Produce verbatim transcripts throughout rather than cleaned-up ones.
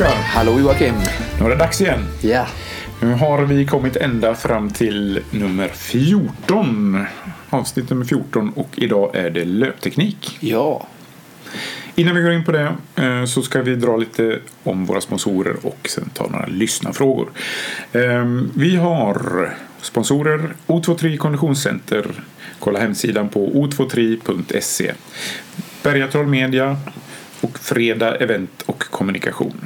Oskar. Hallå Joakim. Nu är det dags igen. Ja. Yeah. Nu har vi kommit ända fram till nummer fjorton. Avsnitt nummer fjorton. Och idag är det löpteknik. Ja. Innan vi går in på det så ska vi dra lite om våra sponsorer och sen ta några lyssnarfrågor. Vi har sponsorer O tjugotre Konditionscenter. Kolla hemsidan på o tjugotre punkt se. Bergatroll Media och Fredag Event och Kommunikation.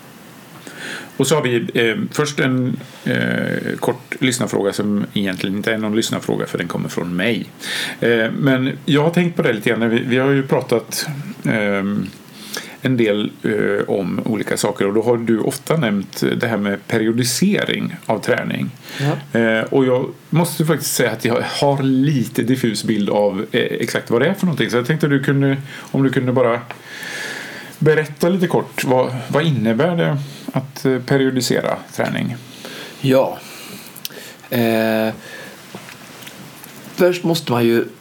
Och så har vi eh, först en eh, kort lyssnarfråga som egentligen inte är någon lyssnarfråga för den kommer från mig. Eh, men jag har tänkt på det lite grann. Vi, vi har ju pratat eh, en del eh, om olika saker och då har du ofta nämnt det här med periodisering av träning. Ja. Eh, och jag måste faktiskt säga att jag har lite diffus bild av eh, exakt vad det är för någonting. Så jag tänkte att du kunde, om du kunde bara berätta lite kort, vad, vad innebär det att periodisera träning? Ja. Eh, först måste man ju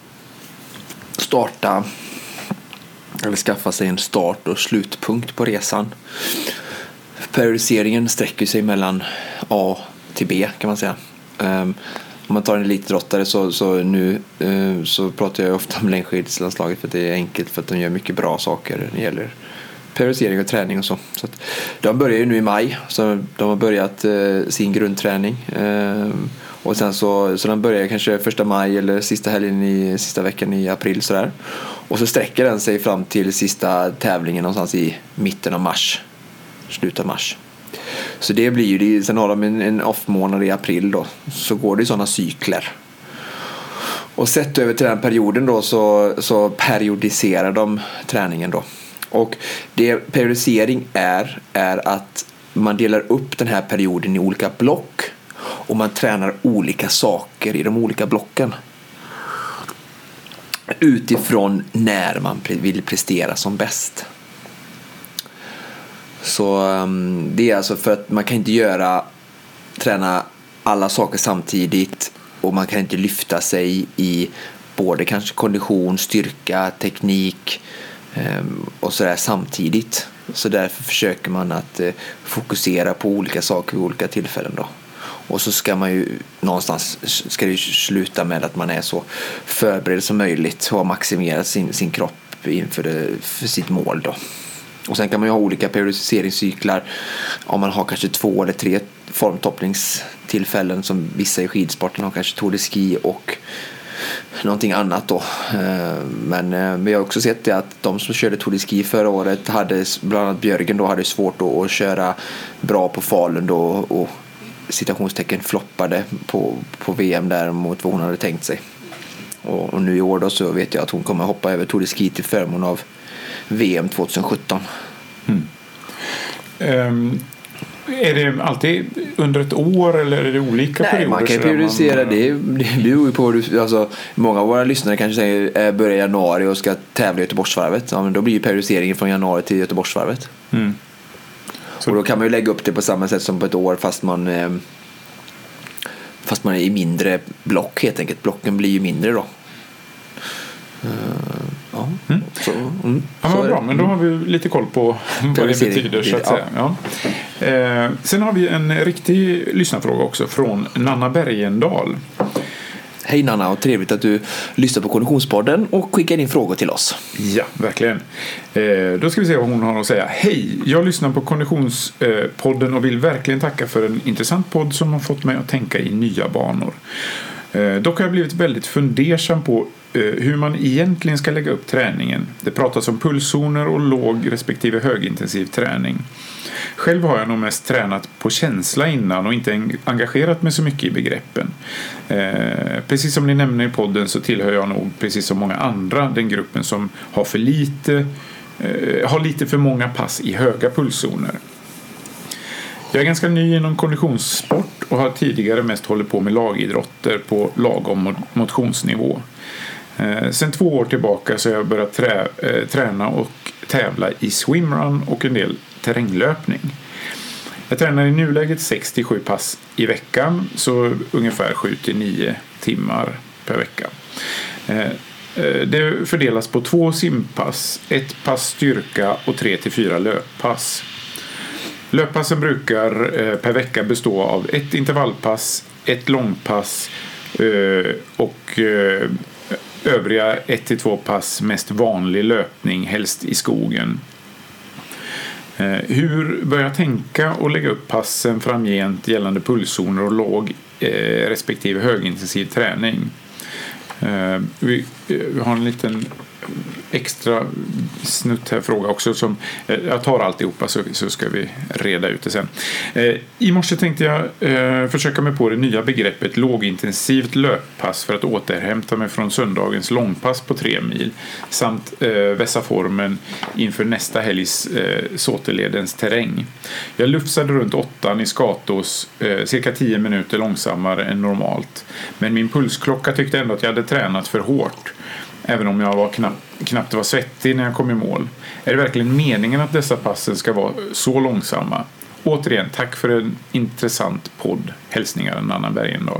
starta eller skaffa sig en start- och slutpunkt på resan. Periodiseringen sträcker sig mellan A till B kan man säga. Eh, om man tar en elitidrottare så, så nu eh, så pratar jag ofta om längdskidslandslaget för att det är enkelt för att de gör mycket bra saker när det gäller periodisering och träning och så. Så att de börjar ju nu i maj. Så de har börjat eh, sin grundträning. Eh, och sen så, så de börjar kanske första maj eller sista helgen i sista veckan i april sådär. Och så sträcker den sig fram till sista tävlingen någonstans i mitten av mars. Slutet av mars. Så det blir ju det. Sen har de en, en off-månad i april då. Så går det i sådana cykler. Och sett över till den perioden då så, så periodiserar de träningen då. Och det periodisering är, är att man delar upp den här perioden i olika block och man tränar olika saker i de olika blocken utifrån när man vill prestera som bäst. Så um, det är alltså för att man kan inte göra träna alla saker samtidigt och man kan inte lyfta sig i både kanske kondition, styrka, teknik och sådär samtidigt. Så därför försöker man att eh, fokusera på olika saker vid olika tillfällen då. Och så ska man ju någonstans ska det ju sluta med att man är så förberedd som möjligt och har maximerat sin, sin kropp inför det, för sitt mål då. Och sen kan man ju ha olika periodiseringscyklar om man har kanske två eller tre formtoppningstillfällen som vissa i skidsporten har, kanske Tour de Ski och någonting annat då. Men vi har också sett det att de som körde Tour de Ski förra året hade, bland annat Björgen då, hade svårt då att köra bra på Falun då och citationstecken floppade på, på V M där mot vad hon hade tänkt sig. Och, och nu i år då så vet jag att hon kommer hoppa över Tour de Ski till förmån av V M tjugohundrasjutton. Mm. Um. Är det alltid under ett år eller är det olika Nej, perioder? Man kan periodisera man... det. Det beror ju på, alltså, många av våra lyssnare kanske säger äh, börjar i januari och ska tävla i Göteborgsvarvet. Ja, men då blir ju periodiseringen från januari till Göteborgsvarvet. Mm. Så... Och då kan man ju lägga upp det på samma sätt som på ett år fast man eh, fast man är i mindre block helt enkelt. Blocken blir ju mindre då. Uh, ja, mm. Så, mm, ja, men bra, men då har vi lite koll på vad det betyder så att säga. Ja. Eh, sen har vi en riktig lyssnarfråga också från Nanna Bergendal. Hej Nanna, och trevligt att du lyssnar på Konditionspodden och skickar in frågor till oss. Ja, verkligen. Eh, då ska vi se vad hon har att säga. Hej, jag lyssnar på Konditionspodden och vill verkligen tacka för en intressant podd som har fått mig att tänka i nya banor. Eh, dock har jag blivit väldigt fundersam på hur man egentligen ska lägga upp träningen. Det pratas om pulszoner och låg respektive högintensiv träning. Själv har jag nog mest tränat på känsla innan och inte engagerat mig så mycket i begreppen. Eh, precis som ni nämner i podden så tillhör jag nog precis som många andra den gruppen som har för lite eh, har lite för många pass i höga pulszoner. Jag är ganska ny inom konditionssport och har tidigare mest hållit på med lagidrotter på lagom motionsnivå. Eh, sen två år tillbaka så har jag börjat trä, eh, träna och tävla i swimrun och en del terränglöpning. Jag tränar i nuläget sex till sju pass i veckan, så ungefär sju till nio timmar per vecka. Eh, eh, det fördelas på två simpass, ett pass styrka och tre till fyra löppass. Löppassen brukar eh, per vecka bestå av ett intervallpass, ett långpass eh, och eh, övriga ett till två pass, mest vanlig löpning, helst i skogen. Eh, hur bör jag tänka och lägga upp passen framgent gällande pulszoner och låg eh, respektive högintensiv träning? Eh, vi, vi har en liten extra snutt här fråga också som jag tar alltihopa så, så ska vi reda ut det sen. Eh, I morse tänkte jag eh, försöka mig på det nya begreppet lågintensivt löppass för att återhämta mig från söndagens långpass på tre mil samt eh, vässa formen inför nästa helgs eh, Såteledens terräng. Jag lufsade runt åttan i Skatos eh, cirka tio minuter långsammare än normalt, men min pulsklocka tyckte ändå att jag hade tränat för hårt. Även om jag var knapp, knappt var svettig när jag kom i mål. Är det verkligen meningen att dessa passen ska vara så långsamma? Återigen, tack för en intressant podd. Hälsningar Nanna Bergendahl.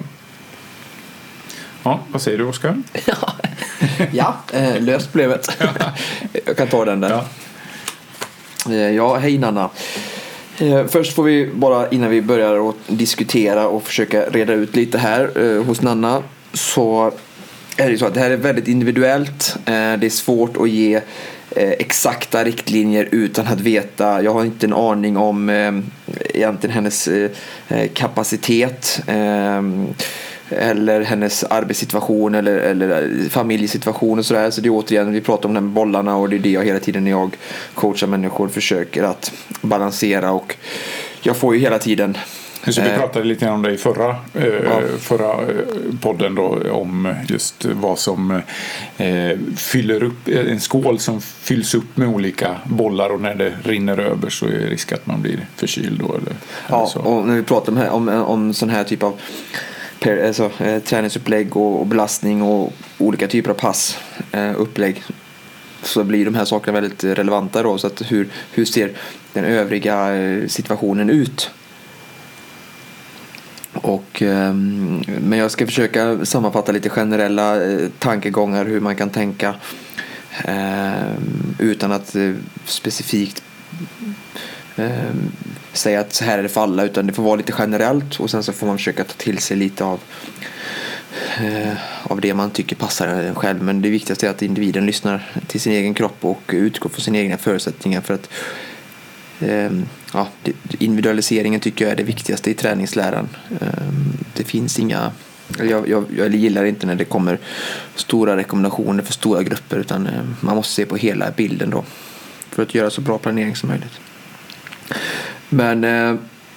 Ja, vad säger du, Oskar? Ja, ja eh, löst problemet. Jag kan ta den där. Ja, eh, ja hej Nanna. Eh, först får vi bara, innan vi börjar att diskutera och försöka reda ut lite här eh, hos Nanna, så är det så att det här är väldigt individuellt. Det är svårt att ge exakta riktlinjer utan att veta. Jag har inte en aning om egentligen hennes kapacitet eller hennes arbetssituation eller, eller familjesituation och sådär. Så det är återigen, vi pratar om de här bollarna och det är det jag hela tiden när jag coachar människor försöker att balansera, och jag får ju hela tiden. Så vi pratade lite om det i förra, eh, ja. förra podden då, om just vad som eh, fyller upp, en skål som fylls upp med olika bollar, och när det rinner över så är det risk att man blir förkyld då, eller, ja, eller så. Och när vi pratar om, här, om, om sån här typ av per, alltså, eh, träningsupplägg och, och belastning och olika typer av pass eh, upplägg, så blir de här sakerna väldigt relevanta då. Så att hur, hur ser den övriga situationen ut? Och, eh, men jag ska försöka sammanfatta lite generella eh, tankegångar hur man kan tänka eh, utan att eh, specifikt eh, säga att så här är det för alla, utan det får vara lite generellt, och sen så får man försöka ta till sig lite av eh, av det man tycker passar en själv. Men det viktigaste är att individen lyssnar till sin egen kropp och utgår från sina egna förutsättningar, för att ja, individualiseringen tycker jag är det viktigaste i träningsläran. Det finns inga, jag, jag, jag gillar inte när det kommer stora rekommendationer för stora grupper, utan man måste se på hela bilden då för att göra så bra planering som möjligt. Men eh,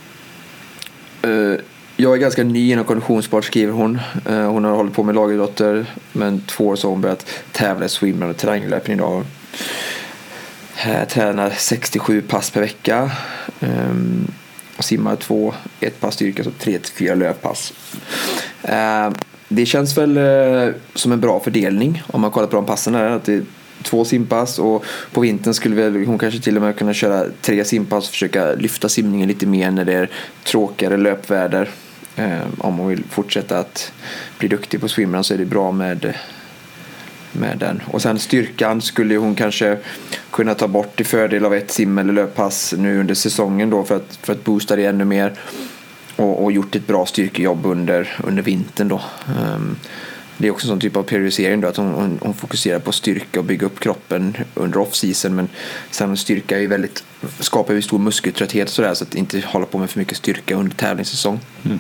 jag är ganska ny inom konditionssport, skriver hon. Hon har hållit på med lagidrotter, men två år så har hon börjat tävla i swimrun och terränglöpning idag. Jag tränar sextiosju pass per vecka um, och simmar två, ett pass styrka, så tre till fyra löppass. Uh, det känns väl uh, som en bra fördelning om man kollar på de passen här, att det är två simpass, och på vintern skulle väl hon kanske till och med kunna köra tre simpass och försöka lyfta simningen lite mer när det är tråkigare löpväder. Uh, om hon vill fortsätta att bli duktig på swimrun så är det bra med med den. Och sen styrkan skulle hon kanske kunna ta bort till fördel av ett sim- eller löppass nu under säsongen då, för att, för att boosta det ännu mer, och, och gjort ett bra styrkejobb under, under vintern då. Um, det är också en sån typ av periodisering då, att hon, hon, hon fokuserar på styrka och bygga upp kroppen under off-season, men sen styrka är ju väldigt, skapar ju stor muskeltrötthet sådär, så att inte hålla på med för mycket styrka under tävlingssäsong. Mm.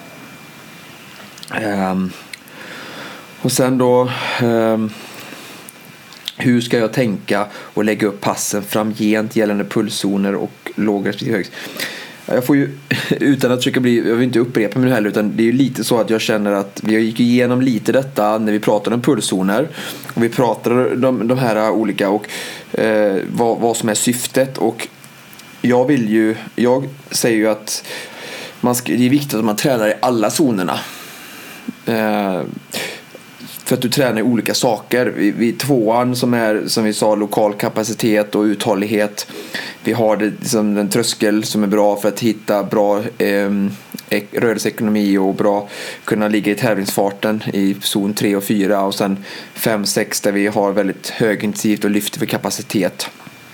Um, Och sen då, um, hur ska jag tänka och lägga upp passen framgent gällande pulszoner och låg respektive hög? Jag får ju, utan att försöka bli, jag vill inte upprepa mig heller, utan det är ju lite så att jag känner att vi gick igenom lite detta när vi pratade om pulszoner, och vi pratade om de, de här olika och eh, vad, vad som är syftet. Och jag vill ju, jag säger ju att man ska, det är viktigt att man tränar i alla zonerna. Eh, För att du tränar i olika saker. Vid, vid tvåan som är, som vi sa, lokal kapacitet och uthållighet. Vi har det, liksom, den tröskel som är bra för att hitta bra eh, rörelseekonomi och bra kunna ligga i tävlingsfarten i zon tre och fyra. Och sen fem sex där vi har väldigt högintensivt och lyfter för kapacitet.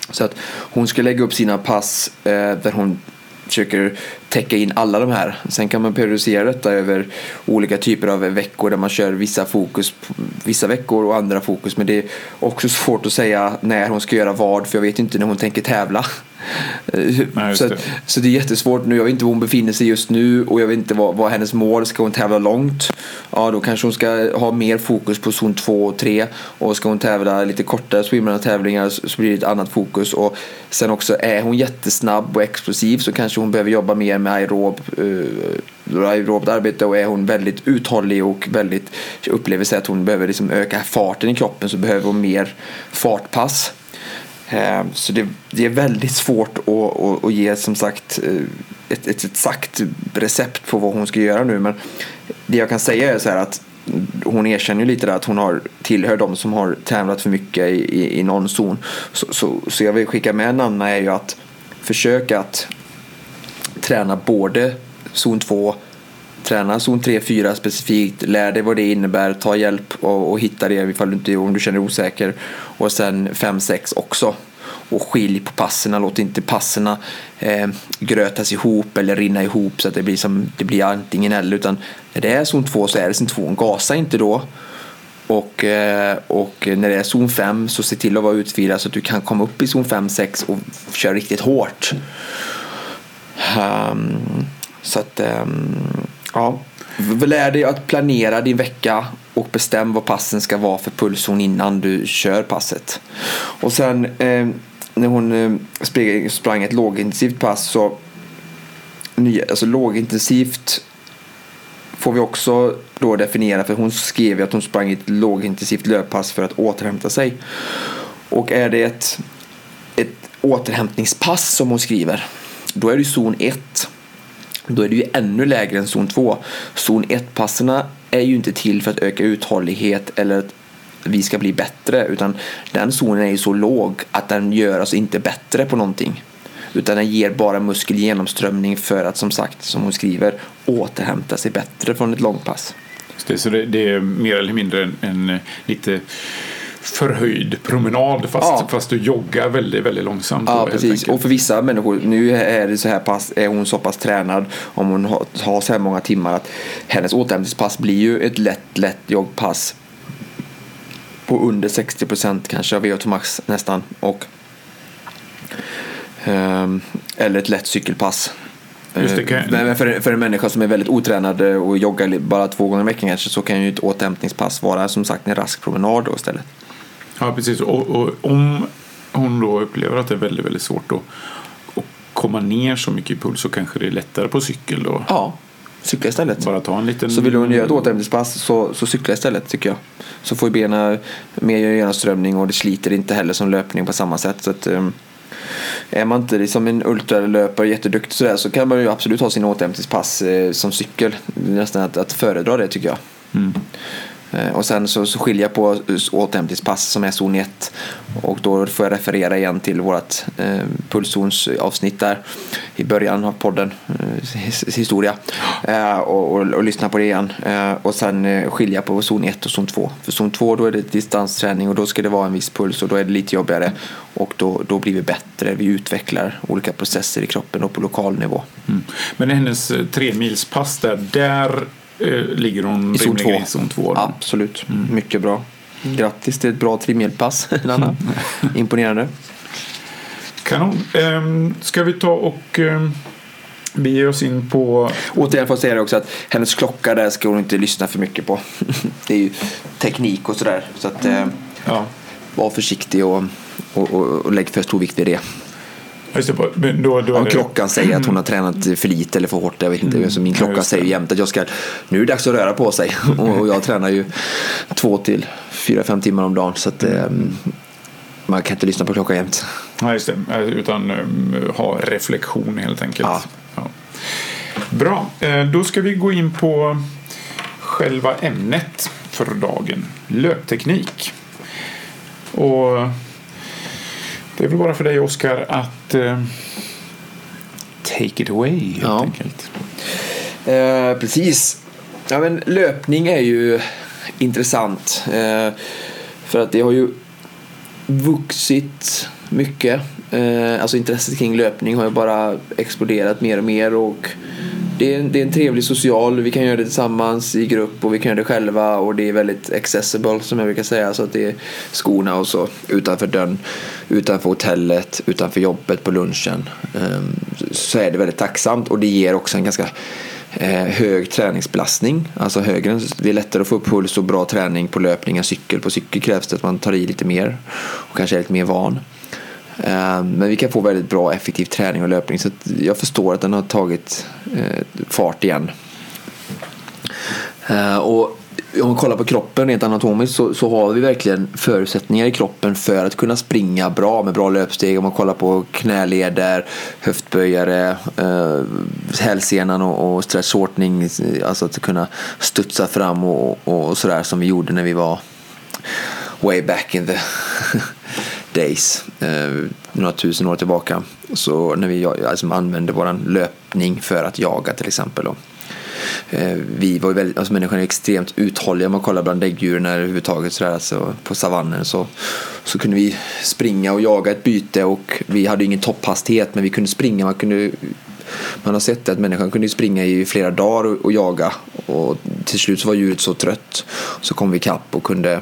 Så att hon ska lägga upp sina pass eh, där hon försöker täcka in alla de här. Sen kan man periodisera detta över olika typer av veckor där man kör vissa fokus vissa veckor och andra fokus, men det är också svårt att säga när hon ska göra vad, för jag vet inte när hon tänker tävla. Nej, så, det. så det är jättesvårt nu. Jag vet inte var hon befinner sig just nu och jag vet inte vad, vad hennes mål. Ska hon tävla långt? Ja, då kanske hon ska ha mer fokus på zon två och tre, och ska hon tävla lite kortare swimrunner tävlingar så, så blir det ett annat fokus. Och sen också, är hon jättesnabb och explosiv så kanske hon behöver jobba mer med aerob uh, aerobt arbete, och är hon väldigt uthållig och väldigt upplever sig att hon behöver liksom öka farten i kroppen, så behöver hon mer fartpass. Så det, det är väldigt svårt att, att, att ge som sagt ett, ett, ett sagt recept på vad hon ska göra nu, men det jag kan säga är så här att hon erkänner ju lite där att hon har tillhör de som har tävlat för mycket i, i, i någon zon, så, så, så jag vill skicka med Nanna är ju att försöka att träna både zon två, träna zon tre fyra specifikt, lär dig vad det innebär, ta hjälp och, och hitta det ifall du inte, om du känner osäker, och sen fem sex också, och skilj på passerna, låt inte passerna eh, grötas ihop eller rinna ihop så att det blir som det blir antingen eller, utan när det är zon två så är det zon två, gasa inte då, och, eh, och när det är zon fem så se till att vara utvilad så att du kan komma upp i zon fem sex och köra riktigt hårt. Um, så att um, ja, lär dig att planera din vecka och bestäm vad passen ska vara för pulszon innan du kör passet. Och sen eh, när hon eh, sprang, sprang ett lågintensivt pass, så ny, alltså lågintensivt får vi också då definiera, för hon skrev att hon sprang ett lågintensivt löppass för att återhämta sig. Och är det ett, ett återhämtningspass som hon skriver, då är det zon ett. Då är det ju ännu lägre än zon två. Zon ett-passerna är ju inte till för att öka uthållighet eller att vi ska bli bättre, utan den zonen är ju så låg att den gör oss inte bättre på någonting, utan den ger bara muskelgenomströmning för att, som sagt, som hon skriver, återhämta sig bättre från ett långpass. Det, så det, det är mer eller mindre en, en lite förhöjd promenad fast, ja. fast du joggar väldigt, väldigt långsamt. Ja, precis. Och för vissa människor, nu är det så här pass, är hon så pass tränad, om hon har, har så här många timmar, att hennes återhämtningspass blir ju ett lätt, lätt joggpass på under sextio procent kanske av V O två max nästan, och um, eller ett lätt cykelpass. Just det, kan... Men för, för en människa som är väldigt otränad och joggar bara två gånger i veckan kanske, så kan ju ett återhämtningspass vara som sagt en rask promenad då istället. Ja, precis. Och, och om hon då upplever att det är väldigt, väldigt svårt att, att komma ner så mycket i puls, så kanske det är lättare på cykel då. Ja, cykla istället. Bara ta en liten... Så vill hon göra ett återhämtningspass, så, så cykla istället tycker jag. Så får ju benen mer genomströmning och det sliter inte heller som löpning på samma sätt. Så att, um, är man inte liksom en ultralöpare jätteduktig sådär, så kan man ju absolut ha sin återhämtningspass eh, som cykel. Nästan att, att föredra det tycker jag. Mm. Och sen så, så skilja på återhämtningspass som är zon ett, och då får jag referera igen till vårt eh, pulszonsavsnitt där i början av podden, eh, historia, eh, och, och, och lyssna på det igen, eh, och sen eh, skilja på zon ett och zon två. För zon två då är det distansträning och då ska det vara en viss puls, och då är det lite jobbigare, och då, då blir vi bättre, vi utvecklar olika processer i kroppen och på lokal nivå. Mm. Men hennes tre milspass där, där ligger hon i zon två. I zon två. Absolut, mm. Mycket bra. Grattis till ett bra trimilpass, Nanna. Imponerande. Kanon. Ehm, ska vi ta och ehm, bege oss in på... Återigen får jag säga också att hennes klocka där ska hon inte lyssna för mycket på. Det är ju teknik och sådär. Så att eh, ja. Var försiktig och, och, och, och lägg för stor vikt vid det. Men då, då om det... klockan säger att hon har tränat för lite eller för hårt, jag vet inte. Mm. Så min klocka ja, säger jämt att jag ska, nu är det dags att röra på sig. Och jag tränar ju två till fyra, fem timmar om dagen, så att mm. man kan inte lyssna på klockan jämt. Ja, just det. Utan um, ha reflektion helt enkelt. Ja. Ja. Bra, då ska vi gå in på själva ämnet för dagen. Löpteknik. Och det är väl bara för dig, Oskar, att uh, take it away helt ja. enkelt. Eh, precis. Ja, men löpning är ju intressant. Eh, för att det har ju vuxit mycket Eh, alltså intresset kring löpning har ju bara exploderat mer och mer, och det är, en, det är en trevlig social, vi kan göra det tillsammans i grupp och vi kan göra det själva, och det är väldigt accessible som jag brukar säga, så att det är skorna och så utanför dörren, utanför hotellet, utanför jobbet på lunchen, eh, så är det väldigt tacksamt, och det ger också en ganska eh, hög träningsbelastning, alltså högre, det är lättare att få upp puls och bra träning på löpning än cykel. På cykel krävs det att man tar i lite mer och kanske är lite mer van. Men vi kan få väldigt bra effektiv träning och löpning, så att jag förstår att den har tagit fart igen. Och om man kollar på kroppen rent anatomiskt, så, så har vi verkligen förutsättningar i kroppen för att kunna springa bra med bra löpsteg. Om man kollar på knäleder, höftböjare, eh, hälsenan och, och stretchshortning, alltså att kunna studsa fram och, och sådär som vi gjorde när vi var way back in the days, eh, några tusen år tillbaka. Så när vi alltså, använde våran löpning för att jaga till exempel. Och, eh, vi var ju väldigt, alltså människan är extremt uthålliga. Om man kollar bland däggdjuren överhuvudtaget så där, alltså, på savannen så, så kunde vi springa och jaga ett byte, och vi hade ingen topphastighet, men vi kunde springa. Man kunde Man har sett att människan kunde springa i flera dagar och, och jaga, och till slut så var djuret så trött, så kom vi kapp och kunde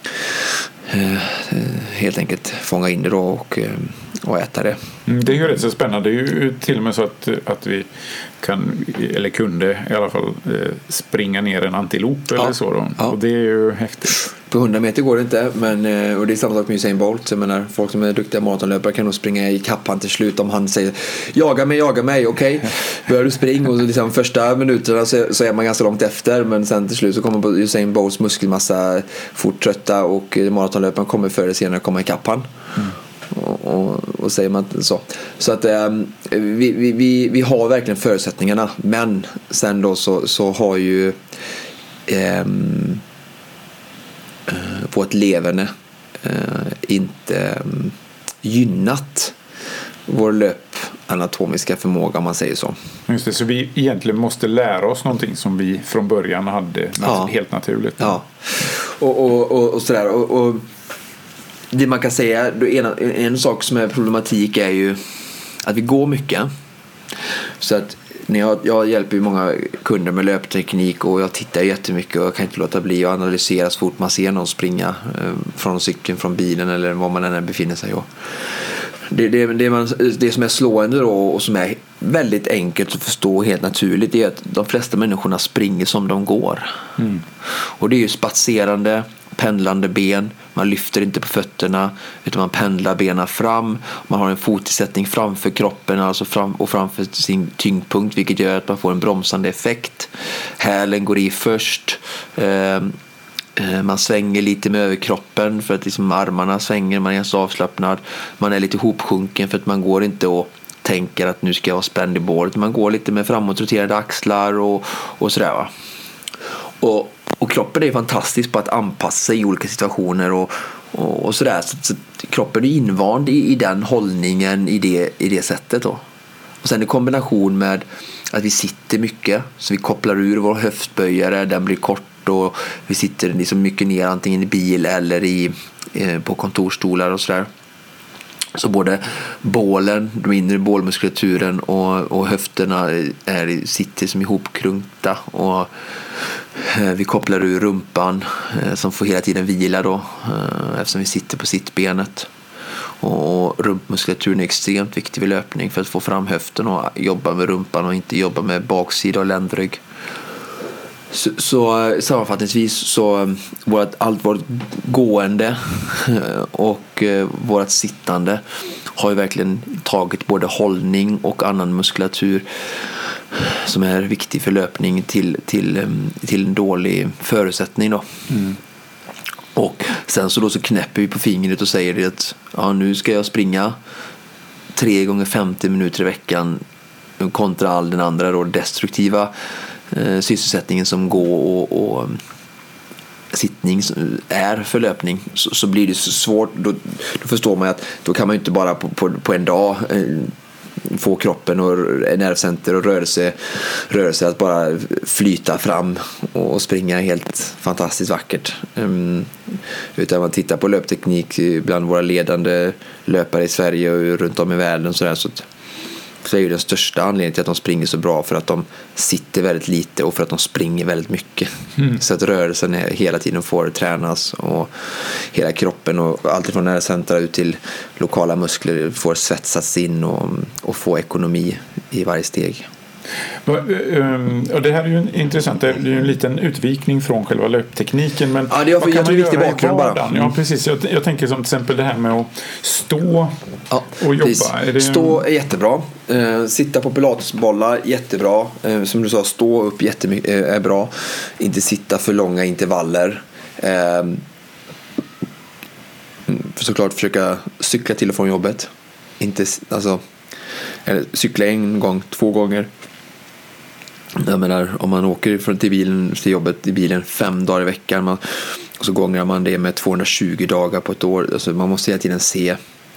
helt enkelt fånga in det då och, och äta det. Det är ju rätt så spännande. Det är ju till och med så att, att vi kan, eller kunde i alla fall, springa ner en antilop eller ja, så då. Ja. Och det är ju häftigt. På hundra meter går det inte, men, och det är samma sak med Usain Bolt. Jag menar, folk som är duktiga maratonlöpare kan nog springa i kappan till slut om han säger jaga mig, jaga mig, okej. Okay. Börjar du springa och så liksom första minuterna så, så är man ganska långt efter, men sen till slut så kommer Usain Bolts muskelmassa fort trötta, och maratonlöparen kommer förr eller senare komma i kappan. Mm. Och, och, och säger man så. Så att um, vi, vi, vi, vi har verkligen förutsättningarna, men sen då så, så har ju um, uh, vårt leverne uh, inte um, gynnat vår löpanatomiska förmåga, om man säger så. Just det, så vi egentligen måste lära oss någonting som vi från början hade ja. helt naturligt. Ja, och, och, och, och sådär och, och det man kan säga, en, en sak som är problematik är ju att vi går mycket. Så att när jag, jag hjälper ju många kunder med löpteknik, och jag tittar jättemycket och jag kan inte låta bli att analysera så fort man ser någon springa eh, från cykeln, från bilen eller var man än befinner sig. Och det, det, det, man, det som är slående då, och som är väldigt enkelt att förstå helt naturligt, är att de flesta människorna springer som de går. Mm. Och det är ju spatserande, pendlande ben. Man lyfter inte på fötterna, utan man pendlar benen fram. Man har en fotisättning framför kroppen, alltså fram och framför sin tyngdpunkt, vilket gör att man får en bromsande effekt. Hälen går i först. Eh, man svänger lite med överkroppen för att liksom armarna svänger. Man är så avslappnad. Man är lite hopsjunken för att man går inte och tänker att nu ska jag vara spänd i båret. Man går lite med framåtroterade axlar och, och sådär, va. Och Och kroppen är fantastisk på att anpassa sig i olika situationer och, och, och sådär. Så, så kroppen är invand i, i den hållningen, i det, i det sättet då. Och sen i kombination med att vi sitter mycket, så vi kopplar ur vår höftböjare, den blir kort, och vi sitter liksom mycket ner antingen i bil eller i, eh, på kontorstolar och sådär. Så både bålen, de inre bålmuskulaturen och, och höfterna är, sitter som ihopkrunkta, och eh, vi kopplar ur rumpan eh, som får hela tiden vila då, eh, eftersom vi sitter på sittbenet. Och rumpmuskulaturen är extremt viktig vid löpning för att få fram höften och jobba med rumpan och inte jobba med baksida och ländrygg. Så, så sammanfattningsvis så vårt, allt vårt gående och eh, vårt sittande har ju verkligen tagit både hållning och annan muskulatur som är viktig för löpning till, till, till en dålig förutsättning då. Mm. Och sen så då så knäpper vi på fingret och säger det att ja, nu ska jag springa tre gånger femtio minuter i veckan kontra all den andra då destruktiva eh, sysselsättningen som gå och, och sittning är för löpning, så, så blir det så svårt. Då, då förstår man att då kan man ju inte bara på, på, på en dag eh, få kroppen och nervcenter och rörelse, rörelse att bara flyta fram och springa helt fantastiskt vackert. Um, utan man tittar på löpteknik bland våra ledande löpare i Sverige och runt om i världen så där, så att så är ju den största anledningen till att de springer så bra för att de sitter väldigt lite och för att de springer väldigt mycket. Mm. Så att rörelsen är, hela tiden får tränas och hela kroppen och allt från nervcentra ut till lokala muskler får svetsas in och, och få ekonomi i varje steg. Och det här är ju intressant. Det är ju en liten utvikning från själva löptekniken. Men ja, det är, jag tror det är viktig bakgrund bara. Mm. Ja, precis. Jag, jag tänker som till exempel det här med att stå ja, och jobba. Är det stå är jättebra. Uh, sitta på pilatesbollar, jättebra. Uh, som du sa, stå upp jättemycket uh, är bra. Inte sitta för långa intervaller. Uh, för såklart försöka cykla till och från jobbet. Inte, alltså, eller cykla en gång, två gånger. Jag menar, om man åker från till bilen till jobbet i bilen fem dagar i veckan man, och så gångrar man det med tvåhundratjugo dagar på ett år. Alltså man måste hela tiden se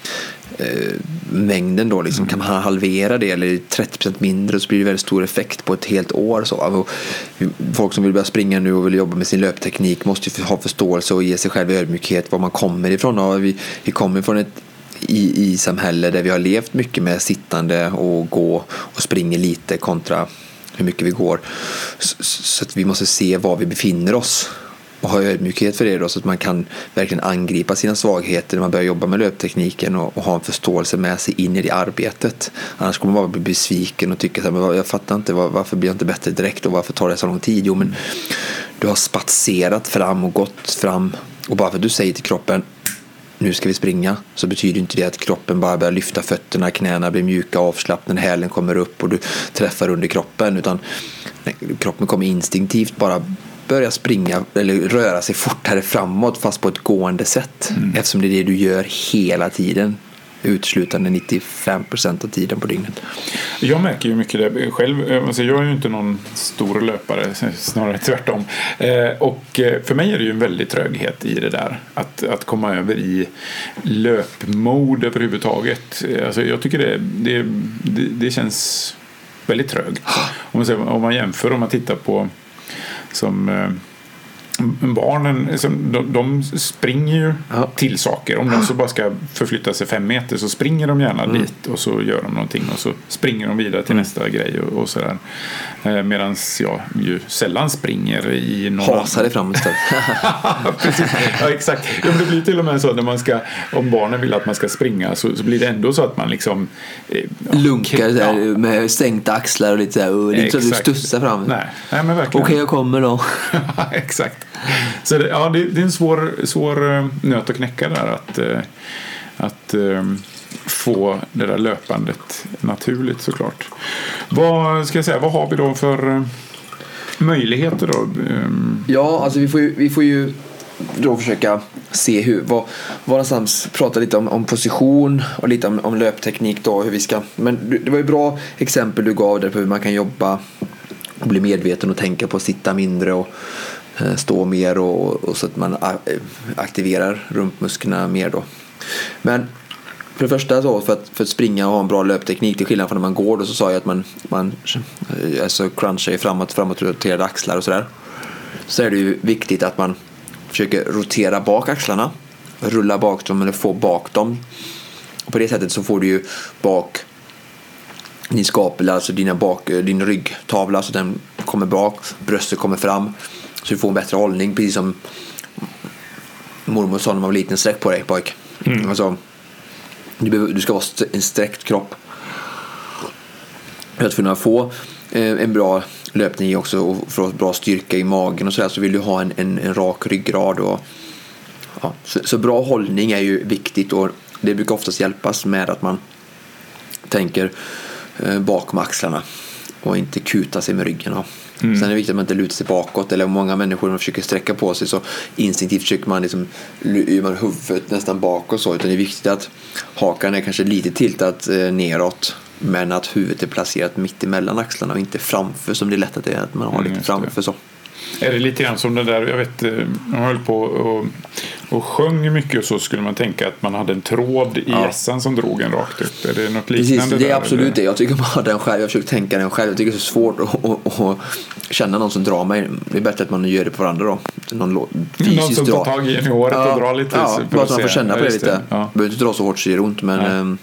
eh, mängden då liksom. Mm. Kan man halvera det eller trettio procent mindre så blir det väldigt stor effekt på ett helt år. Så. Alltså, folk som vill börja springa nu och vill jobba med sin löpteknik måste ju ha förståelse och ge sig själv ödmjukhet var man kommer ifrån. Ja, vi, vi kommer från ett i, i samhälle där vi har levt mycket med sittande och gå och springa lite kontra hur mycket vi går, så, så att vi måste se var vi befinner oss och ha ödmjukhet för det då, så att man kan verkligen angripa sina svagheter när man börjar jobba med löptekniken och, och ha en förståelse med sig in i det arbetet. Annars kommer man bara bli besviken och tycka att jag fattar inte, var, varför blir jag inte bättre direkt och varför tar det så lång tid? Jo, men du har spatserat fram och gått fram, och bara för att du säger till kroppen nu ska vi springa, så betyder inte det att kroppen bara börjar lyfta fötterna, knäna blir mjuka, avslappnade, hälen kommer upp och du träffar under kroppen, utan kroppen kommer instinktivt bara börja springa eller röra sig fortare framåt fast på ett gående sätt. Mm. Eftersom det är det du gör hela tiden, utslutande nittiofem procent av tiden på dygnet. Jag märker ju mycket det själv. Alltså jag är ju inte någon stor löpare, snarare tvärtom. Och för mig är det ju en väldigt tröghet i det där. Att, att komma över i löpmode överhuvudtaget. Alltså jag tycker det, det, det, det känns väldigt trögt. Om man, om man jämför, om man tittar på som barnen, de, de springer ju ja. till saker. Om de så bara ska förflytta sig fem meter så springer de gärna mm. dit och så gör de någonting och så springer de vidare till mm. nästa grej och, och sådär. Eh, Medan jag ju sällan springer i någon... Hasar det fram istället. Precis, ja exakt. Ja, det blir till och med så när man ska, om barnen vill att man ska springa så, så blir det ändå så att man liksom eh, lunkar ja. där, med sänkta axlar och lite såhär, och det är inte så att du stussar fram. Nej, Nej men verkligen. Okej, jag kommer då. Exakt. Så det, ja, det, det är en svår, svår nöt att knäcka där, att, att um, få det där löpandet naturligt såklart. Vad ska jag säga, vad har vi då för uh, möjligheter då? Um, ja, alltså vi får ju, vi får ju då försöka se hur, vad, vad någonstans prata lite om, om position och lite om, om löpteknik då, hur vi ska, men det var ju bra exempel du gav där på hur man kan jobba och bli medveten och tänka på att sitta mindre och stå mer och, och så att man aktiverar rumpmusklerna mer då. Men för det första så, för att, för att springa och ha en bra löpteknik, till skillnad från när man går då, så sa jag att man, man alltså crunchar framåt, framåt roterade axlar och sådär. Så är det ju viktigt att man försöker rotera bak axlarna, rulla bak dem eller få bak dem. Och på det sättet så får du ju bak din skapel, alltså dina bak, din ryggtavla, så den kommer bak, bröstet kommer fram. Så du får en bättre hållning, precis som mormor sa när man var liten, sträck på dig pojk. Mm. Alltså, du, behöver, du ska vara en sträckt kropp för att kunna få eh, en bra löpning också, och få bra styrka i magen och sådär, så vill du ha en, en, en rak ryggrad och, ja, så, så bra hållning är ju viktigt, och det brukar oftast hjälpas med att man tänker eh, bakom axlarna och inte kuta sig med ryggen. Mm. Sen är det viktigt att man inte lutar sig bakåt, eller många människor när de försöker sträcka på sig så instinktivt försöker man liksom man huvudet nästan bakåt så, utan det är viktigt att hakan är kanske lite tiltat eh, neråt, men att huvudet är placerat mitt emellan axlarna och inte framför, som det är lätt att det är att man har mm, lite framför så. Är det lite grann som det där, jag vet, jag höll på och, och sjöng mycket och så skulle man tänka att man hade en tråd i ja. gässan som drog en rakt upp. Är det något liknande? Precis, det är där, absolut eller? det. Jag tycker bara den själv, jag försöker tänka den själv. Jag tycker det är så svårt att, att, att känna någon som drar mig. Det är bättre att man gör det på varandra då. Någon fysiskt någon som tar tag i en i håret ja. och drar lite. Ja, bara så man får känna på det lite. Det. Ja. Behöver inte dra så hårt så det gör ont, men ähm,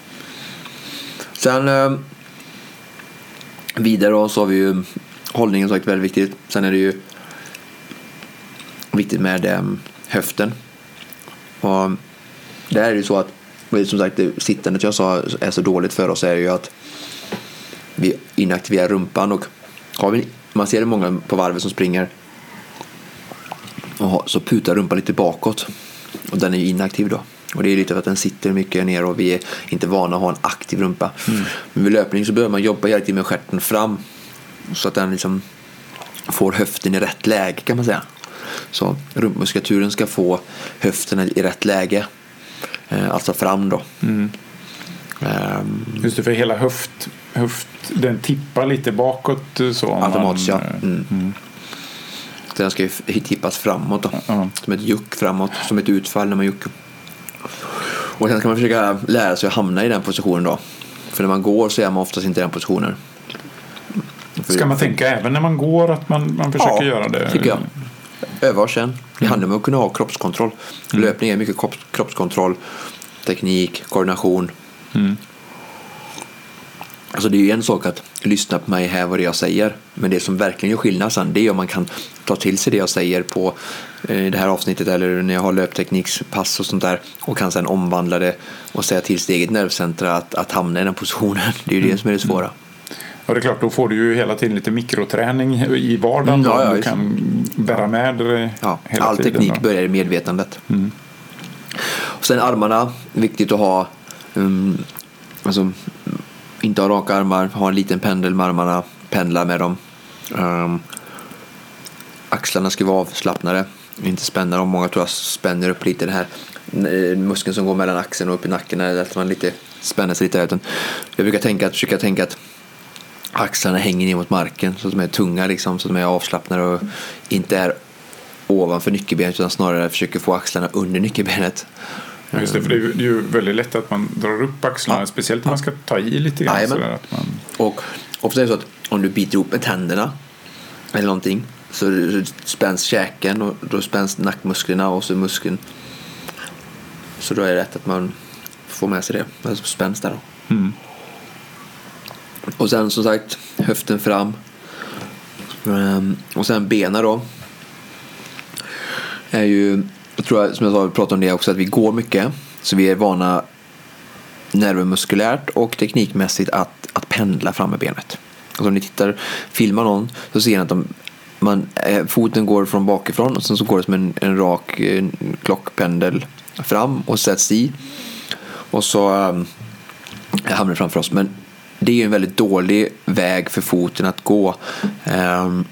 sen ähm, vidare då, så har vi ju hållningen sagt väldigt viktigt. Sen är det ju viktigt med ähm, höften. Och där är det ju så att, som sagt, det sittandet jag sa är så dåligt för oss är ju att vi inaktiverar rumpan, och har vi, man ser det många på varvet som springer och så putar rumpan lite bakåt och den är ju inaktiv då, och det är lite för att den sitter mycket ner och vi är inte vana att ha en aktiv rumpa. Mm. Men vid löpning så behöver man jobba hela tiden med stjärten fram så att den liksom får höften i rätt läge, kan man säga. Så rumpmuskulaturen ska få höften i rätt läge, alltså fram då. Mm. Um, Just det, för hela höft, höft den tippar lite bakåt så. Automatiskt, ja. Mm. Mm. Så den ska ju tippas framåt då. Uh-huh. Som ett juck framåt, som ett utfall när man juckar. Och sen ska man försöka lära sig att hamna i den positionen då. För när man går så är man oftast inte i den positionen. För, ska man tänka även när man går att man, man försöker ja, göra det? Tycker jag. Öva och känn. Det handlar om att kunna ha kroppskontroll. Mm. Löpning är mycket kropps, kroppskontroll, teknik, koordination. Mm. Alltså det är ju en sak att lyssna på mig här vad det jag säger, men det som verkligen gör skillnad sen, det är om man kan ta till sig det jag säger på eh, det här avsnittet eller när jag har löpteknikspass och sånt där, och kan sen omvandla det och säga till sitt eget nervcentra att, att hamna i den positionen. Det är ju det som är det svåra. Ja, det är klart, då får du ju hela tiden lite mikroträning i vardagen. Mm, ja, ja, du kan bära med dig ja, hela all tiden. All teknik då. börjar i medvetandet. Mm. Och sen armarna, viktigt att ha um, alltså inte ha raka armar, ha en liten pendel med armarna, pendla med dem. Um, axlarna ska vara avslappnade, inte spänna dem. Många tror jag spänner upp lite den här muskeln som går mellan axeln och upp i nacken, eller att man lite spänner sig lite. Jag brukar tänka att, försöka tänka att axlarna hänger ner mot marken så att de är tunga liksom, så att de är avslappnade och inte är ovanför nyckelbenet, utan snarare försöker få axlarna under nyckelbenet. Just det, för det är ju väldigt lätt att man drar upp axlarna, ja. Speciellt när man ska ta i lite grann. Sådär, att man... Och ofta är det så att om du biter ihop med tänderna eller någonting, så spänns käken och då spänns nackmusklerna och så muskeln. Så då är det rätt att man får med sig det. Alltså spänns där då. Mm. Och sen som sagt höften fram. Um, och sen benen då. Är ju, jag tror jag, som jag sa, pratade om det också, att vi går mycket. Så vi är vana nervmuskulärt och teknikmässigt att, att pendla fram med benet. Alltså om ni tittar, filmar någon, så ser ni att de, man, eh, foten går från bakifrån och sen så går det som en, en rak en klockpendel fram och sätts i. Och så um, hamnar det framför oss. Men det är ju en väldigt dålig väg för foten att gå um,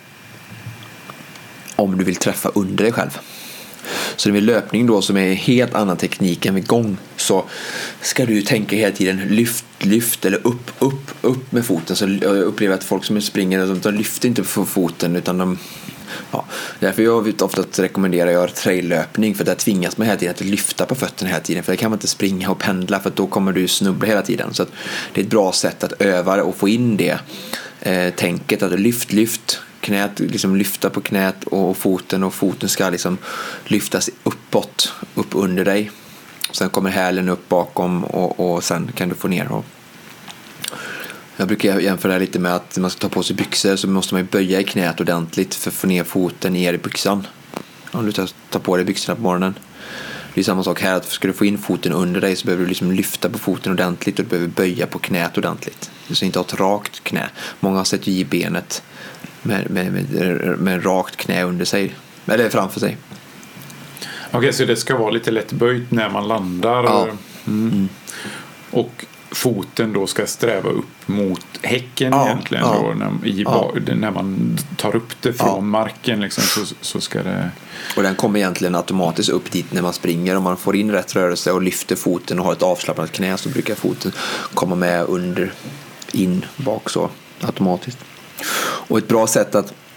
om du vill träffa under dig själv. Så vid löpning då, som är helt annan teknik än vid gång, så ska du tänka hela tiden lyft, lyft eller upp, upp, upp med foten. Så jag upplever att folk som springer, de lyfter inte på foten, utan de, ja, därför jag vill ofta rekommendera att göra traillöpning, för där tvingas man hela tiden att lyfta på fötterna hela tiden, för det kan man inte springa och pendla, för då kommer du snubbla hela tiden. Så att det är ett bra sätt att öva och få in det eh, tänket, att lyft, lyft knät, liksom lyfta på knät och foten, och foten ska liksom lyftas uppåt, upp under dig. Sen kommer hälen upp bakom och, och sen kan du få ner. Och jag brukar jämföra lite med att man ska ta på sig byxor, så måste man böja i knät ordentligt för att få ner foten ner i byxan. Om du tar, tar på dig byxorna på morgonen. Det är samma sak här, att ska du få in foten under dig så behöver du liksom lyfta på foten ordentligt, och du behöver böja på knät ordentligt. Du ska inte ha ett rakt knä. Många har sett i benet med, med, med, med en rakt knä under sig, eller framför sig. Okej, okay, så det ska vara lite lätt böjt när man landar. Ja. Mm. Mm. Och foten då ska sträva upp mot häcken, ja, egentligen ja, då, när, i, ja. när man tar upp det från ja. marken liksom, så, så ska det... Och den kommer egentligen automatiskt upp dit när man springer. Om man får in rätt rörelse och lyfter foten och har ett avslappnat knä, så brukar foten komma med under, in, bak så automatiskt. Och ett bra sätt att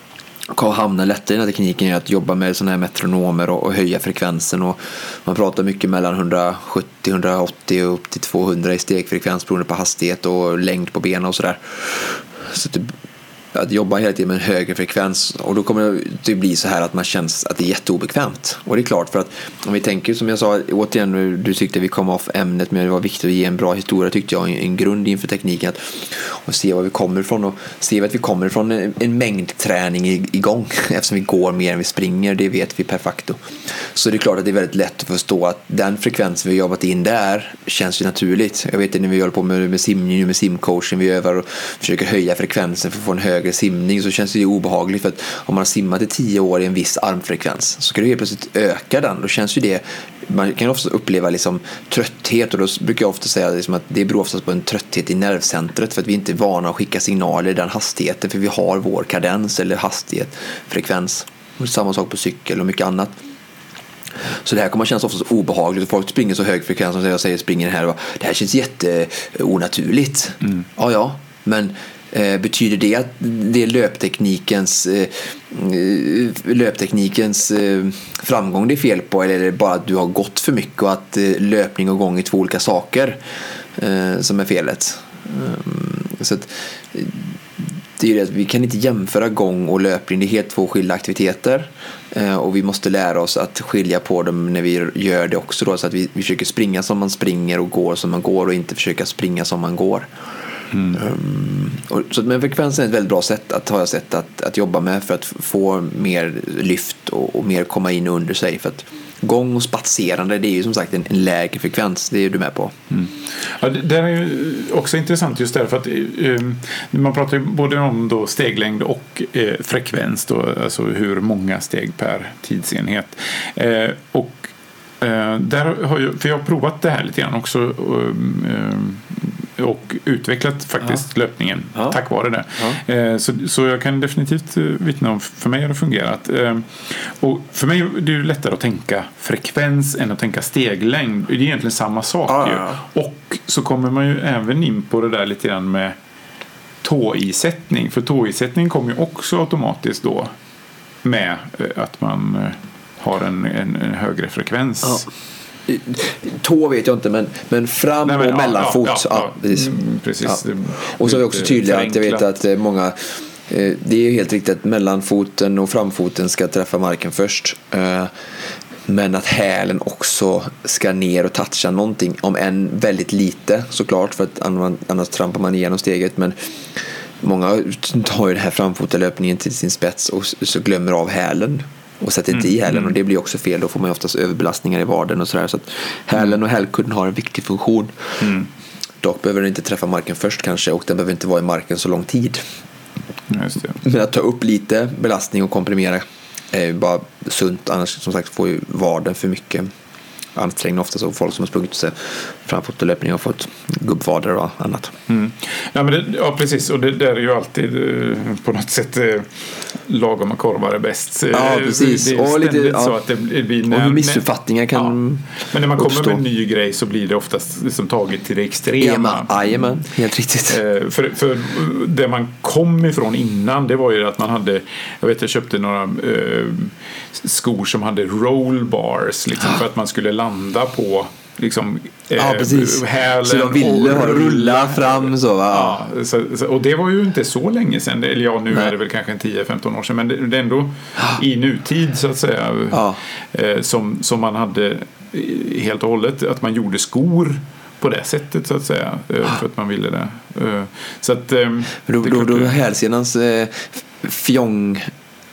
kan hamna lättare i den här tekniken är att jobba med sådana här metronomer och, och höja frekvensen, och man pratar mycket mellan hundrasjuttio till hundraåttio och upp till tvåhundra i stegfrekvens beroende på hastighet och längd på benen och sådär. Så det, att jobba hela tiden med en högre frekvens, och då kommer det bli så här att man känns att det är jätteobekvämt. Och det är klart, för att om vi tänker, som jag sa återigen, du tyckte vi kom av ämnet, men det var viktigt att ge en bra historia tyckte jag, en grund inför tekniken, att och se var vi kommer ifrån, och se att vi kommer ifrån en, en mängd träning igång eftersom vi går mer än vi springer, det vet vi per facto. Så det är klart att det är väldigt lätt att förstå att den frekvensen vi har jobbat in där känns ju naturligt. Jag vet det när vi håller på med, med simning, med simcoaching, vi övar och försöker höja frekvensen för att få en högre simning, så känns det obehagligt, för att om man har simmat i tio år i en viss armfrekvens så ska du helt plötsligt öka den, då känns ju det, man kan ofta uppleva liksom trötthet, och då brukar jag ofta säga liksom att det beror oftast på en trötthet i nervcentret, för att vi inte är vana att skicka signaler i den hastigheten, för vi har vår kadens eller hastighet, frekvens, och samma sak på cykel och mycket annat. Så det här kommer kännas oftast obehagligt. Folk springer så hög frekvens som jag säger springer här. Det här känns jätteonaturligt. Mm. Ja, ja. Men eh, betyder det att det är löpteknikens, eh, löpteknikens eh, framgång det är fel på? Eller är det bara att du har gått för mycket och att eh, löpning och gång är två olika saker eh, som är felet? Um, så att det är det att vi kan inte jämföra gång och löpning, det är helt två skilda aktiviteter, eh, och vi måste lära oss att skilja på dem när vi gör det också då, så att vi, vi försöker springa som man springer och går som man går, och inte försöka springa som man går. Mm. Um, och, så, men frekvensen är ett väldigt bra sätt att, har jag sett, att, att jobba med för att få mer lyft och, och mer komma in under sig, för att gång och spatserande, det är ju som sagt en, en lägre frekvens, det är du med på. Mm. Ja, det, det är ju också intressant just därför att eh, man pratar ju både om då steglängd och eh, frekvens då, alltså hur många steg per tidsenhet. Eh, och eh, där har jag, för jag har provat det här lite grann också, eh, och utvecklat faktiskt ja. löpningen ja. tack vare det. Ja. Eh, så, så jag kan definitivt vittna om, för mig har det fungerat. Eh, och för mig är det lättare att tänka frekvens än att tänka steglängd. Det är egentligen samma sak ja. ju. Och så kommer man ju även in på det där lite grann med tåisättning. För tåisättning kommer ju också automatiskt då med att man har en, en, en högre frekvens. Ja. Tå vet jag inte, men, men fram Nej, men, och ja, mellanfot ja, ja, ja. Ja, precis. Mm, precis. Ja. Och så är vi också tydliga att jag vet att många, det är ju helt riktigt att mellanfoten och framfoten ska träffa marken först, men att hälen också ska ner och toucha någonting, om än väldigt lite såklart, för att annars trampar man igenom steget. Men många tar ju den här framfotelöpningen till sin spets och så glömmer av hälen och sätter inte mm, i hälen, och det blir också fel. Då får man ju oftast överbelastningar i vaden och sådär, så att hälen och hälkudden har en viktig funktion. Mm. Dock behöver den inte träffa marken först kanske, och den behöver inte vara i marken så lång tid. Just det. Men att ta upp lite belastning och komprimera är ju bara sunt, annars som sagt får ju vaden för mycket ansträngning ofta, så folk som har sprungit sig framfot och löpning har fått gubbvader och annat. Mm. Ja, men det, ja, precis. Och det där är ju alltid eh, på något sätt eh, lagom och korvar är bäst. Ja, precis. Det är och lite, ja. så att det blir... När, och missuppfattningar kan ja. Men när man kommer uppstå. med en ny grej så blir det oftast liksom taget till det extrema. Jajamän, helt riktigt. Eh, för, för det man kom ifrån innan, det var ju att man hade, jag vet jag köpte några eh, skor som hade roll bars liksom, för att man skulle landa på liksom eh, ja, precis. Hälen, så de ville ha rulla fram så, va? Ja, så, så, och det var ju inte så länge sedan, eller ja, nu Nej. är det väl kanske tio femton år sedan, men det, det är ändå i nutid så att säga ja. eh, som, som man hade helt och hållet, att man gjorde skor på det sättet så att säga, eh, för att man ville det. Eh, så att eh, då, då, då, då hälsenans eh, fjong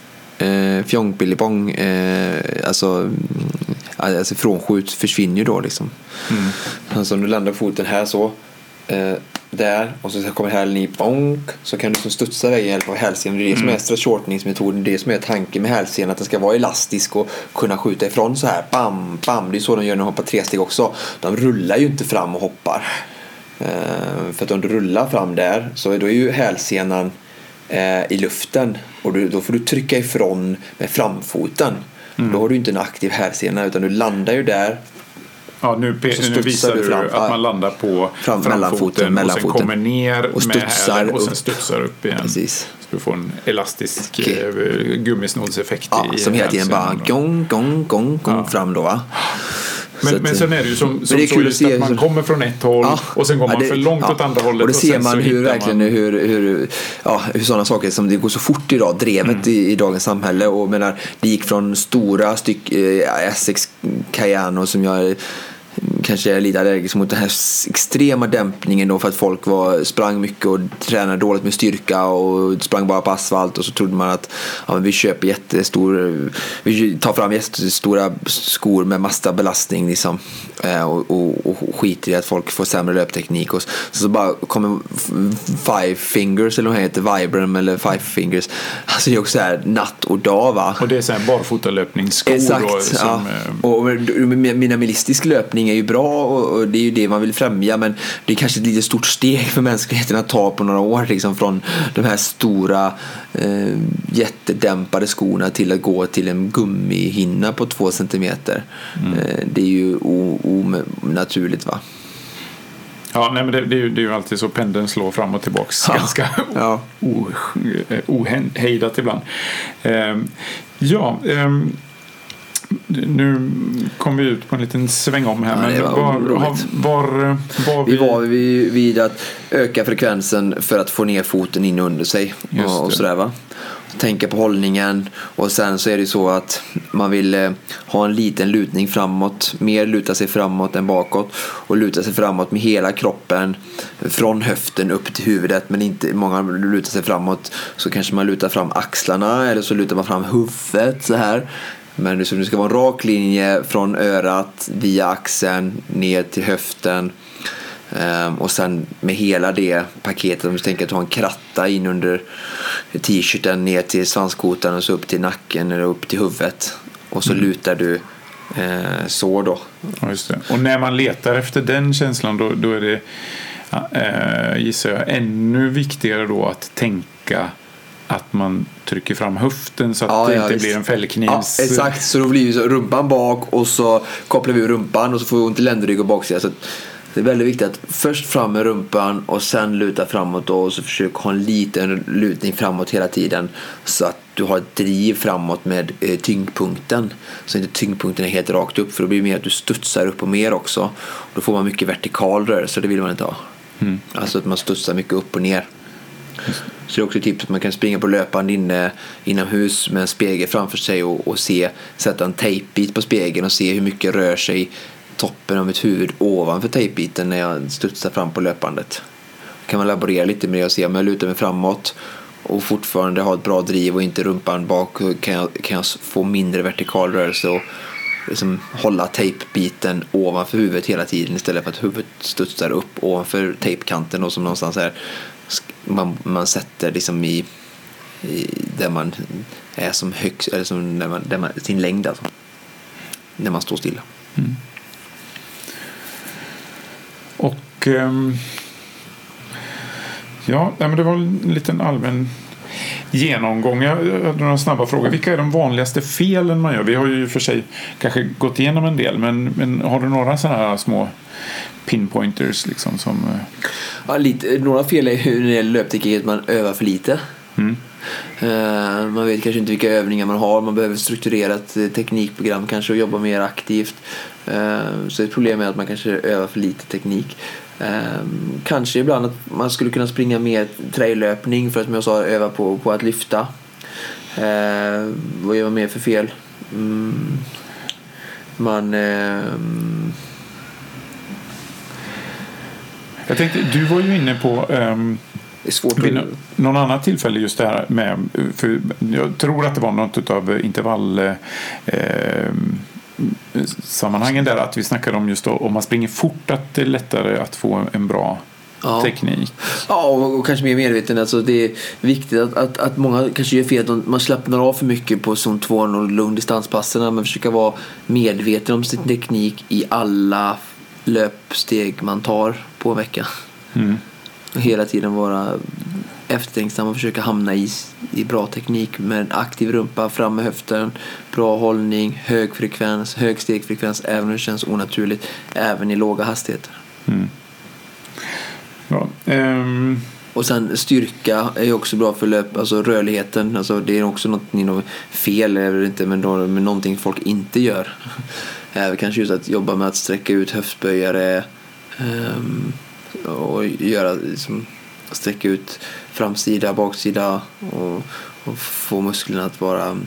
eh, fjongpillipong eh, alltså alltså frånskjut försvinner ju då liksom. Mm. Alltså om du landar foten här så eh, där, och så kommer hälen i bonk, så kan du liksom studsa dig hjälp av hälsenan. Det är det som är stretchortningsmetoden, det är det som är tanken med hälsenan, att den ska vara elastisk och kunna skjuta ifrån så här, bam, bam. Det är så de gör när de hoppar tre steg också. De rullar ju inte fram och hoppar. Eh, för att om du rullar fram där så är då är ju hälsenan eh, i luften, och du, då får du trycka ifrån med framfoten. Mm. Då har du inte en aktiv hälsena, utan du landar ju där Ja, nu, pe- nu visar du fram, att man landar på fram, framfoten, mellanfoten, mellanfoten och sen kommer ner och studsar med och sen upp. studsar upp igen. Precis. Så du får en elastisk okay. eh, gummisnodseffekt. Ja, i som hela tiden bara gång, gång, gång, gång ja. fram då va? Men, att, men sen är det ju som, som det är så kul just att, se, att man kommer från ett håll ja, och sen går man ja, det, för långt ja, åt andra hållet. Och det ser och man hur verkligen man... hur, hur, ja, hur sådana saker som det går så fort idag, drevet mm. i, i dagens samhälle. Och menar, det gick från stora styck eh, S X Cayenne som jag kanske är lite allergisk mot den här extrema dämpningen då, för att folk var, sprang mycket och tränade dåligt med styrka och sprang bara på asfalt, och så trodde man att ja, men vi köper jättestor vi tar fram jättestora skor med massa belastning liksom, och, och, och skiter i att folk får sämre löpteknik, och så, så bara kommer Five Fingers eller vad det heter, Vibram eller Five Fingers, alltså det är också så här natt och dag va. Och det är så här barfotalöpningsskor. Exakt, då, som, ja. Och minimalistisk löpning är ju bra, och det är ju det man vill främja, men det är kanske ett lite stort steg för mänskligheten att ta på några år liksom, från de här stora eh, jättedämpade skorna till att gå till en gummihinna på två centimeter. Mm. Eh, det är ju onaturligt va. Ja, nej, men det, det, är ju, det är ju alltid så pendeln slår fram och tillbaks ja. ganska ja. ohejdat ibland. Eh, ja, eh, nu kom vi ut på en liten sväng om här, ja, men var, var, var, var vi... vi var vi vid att öka frekvensen för att få ner foten in under sig och, och sådär va. Tänka på hållningen, och sen så är det så att man vill eh, ha en liten lutning framåt, mer luta sig framåt än bakåt, och luta sig framåt med hela kroppen från höften upp till huvudet, men inte många lutar sig framåt, så kanske man lutar fram axlarna eller så lutar man fram huvudet så här. Men det ska vara en rak linje från örat via axeln ner till höften. Um, och sen med hela det paketet, om du tänker att du har en kratta in under t-shirten ner till svanskotan och så upp till nacken eller upp till huvudet, och så mm. lutar du uh, så då. Ja, just det. Och när man letar efter den känslan då, då är det uh, gissar jag ännu viktigare då att tänka att man trycker fram höften så att ja, det ja, inte visst. blir en fällknivs... Ja, exakt, så då blir ju rumpan bak och så kopplar vi ur rumpan och så får vi ont i ländrygg och baksida. Så det är väldigt viktigt att först fram med rumpan och sen luta framåt då, och så försök ha en liten lutning framåt hela tiden så att du har ett driv framåt med eh, tyngdpunkten, så inte tyngdpunkten är helt rakt upp, för då blir det mer att du studsar upp och mer också. Då får man mycket vertikal rörelse, det vill man inte ha. Mm. Alltså att man studsar mycket upp och ner. Just. Så det är också ett tips att man kan springa på löpband inne inomhus med en spegel framför sig och, och se, sätta en tejpbit på spegeln och se hur mycket rör sig toppen av mitt huvud ovanför tejpbiten när jag studsar fram på löpbandet. Kan man laborera lite med det och se om jag lutar mig framåt och fortfarande ha ett bra driv och inte rumpan bak, kan jag, kan jag få mindre vertikal rörelse och liksom hålla tejpbiten ovanför huvudet hela tiden istället för att huvudet studsar upp ovanför tejpkanten och som någonstans här man, man sätter liksom i, i där man är som högst, eller som där man, där man, sin längd alltså, när man står stilla. Mm. Och um, ja, men det var en liten allmän genomgång. Jag hade några snabba frågor. Vilka är de vanligaste felen man gör? Vi har ju för sig kanske gått igenom en del, men, men har du några sådana här små pinpointers liksom som... Ja, lite, några fel är hur det är löpteknik, man övar för lite. Mm. Uh, man vet kanske inte vilka övningar man har. Man behöver strukturerat teknikprogram kanske och jobba mer aktivt. Uh, så ett problem är att man kanske övar för lite teknik. Uh, kanske ibland att man skulle kunna springa mer traillöpning för att, som jag sa, öva på, på att lyfta. Uh, vad gör man mer för fel? Mm. Man... Uh, Jag tänkte, du var ju inne på um, det är svårt vid att... någon annan tillfälle just det här med, för jag tror att det var något av intervall eh, sammanhangen där, att vi snackade om just då, om man springer fort att det är lättare att få en bra ja. teknik. Ja, och, och kanske mer medveten. Alltså det är viktigt att, att, att många kanske gör fel att man slappnar av för mycket på zon två och långdistanspasserna, men försöka vara medveten om sin teknik i alla löpsteg man tar på en vecka. Mm. Och hela tiden vara eftertänksam och försöka hamna i, i bra teknik med aktiv rumpa, fram med höften, bra hållning, hög frekvens, hög stegfrekvens, även om det känns onaturligt, även i låga hastigheter. Mm. Ja, um... Och sen styrka är ju också bra för löp, alltså rörligheten, alltså det är också något, något fel eller inte, men, då, men någonting folk inte gör. Även kanske just att jobba med att sträcka ut höftböjare um, och göra liksom, sträcka ut framsida, baksida och, och få musklerna att vara um,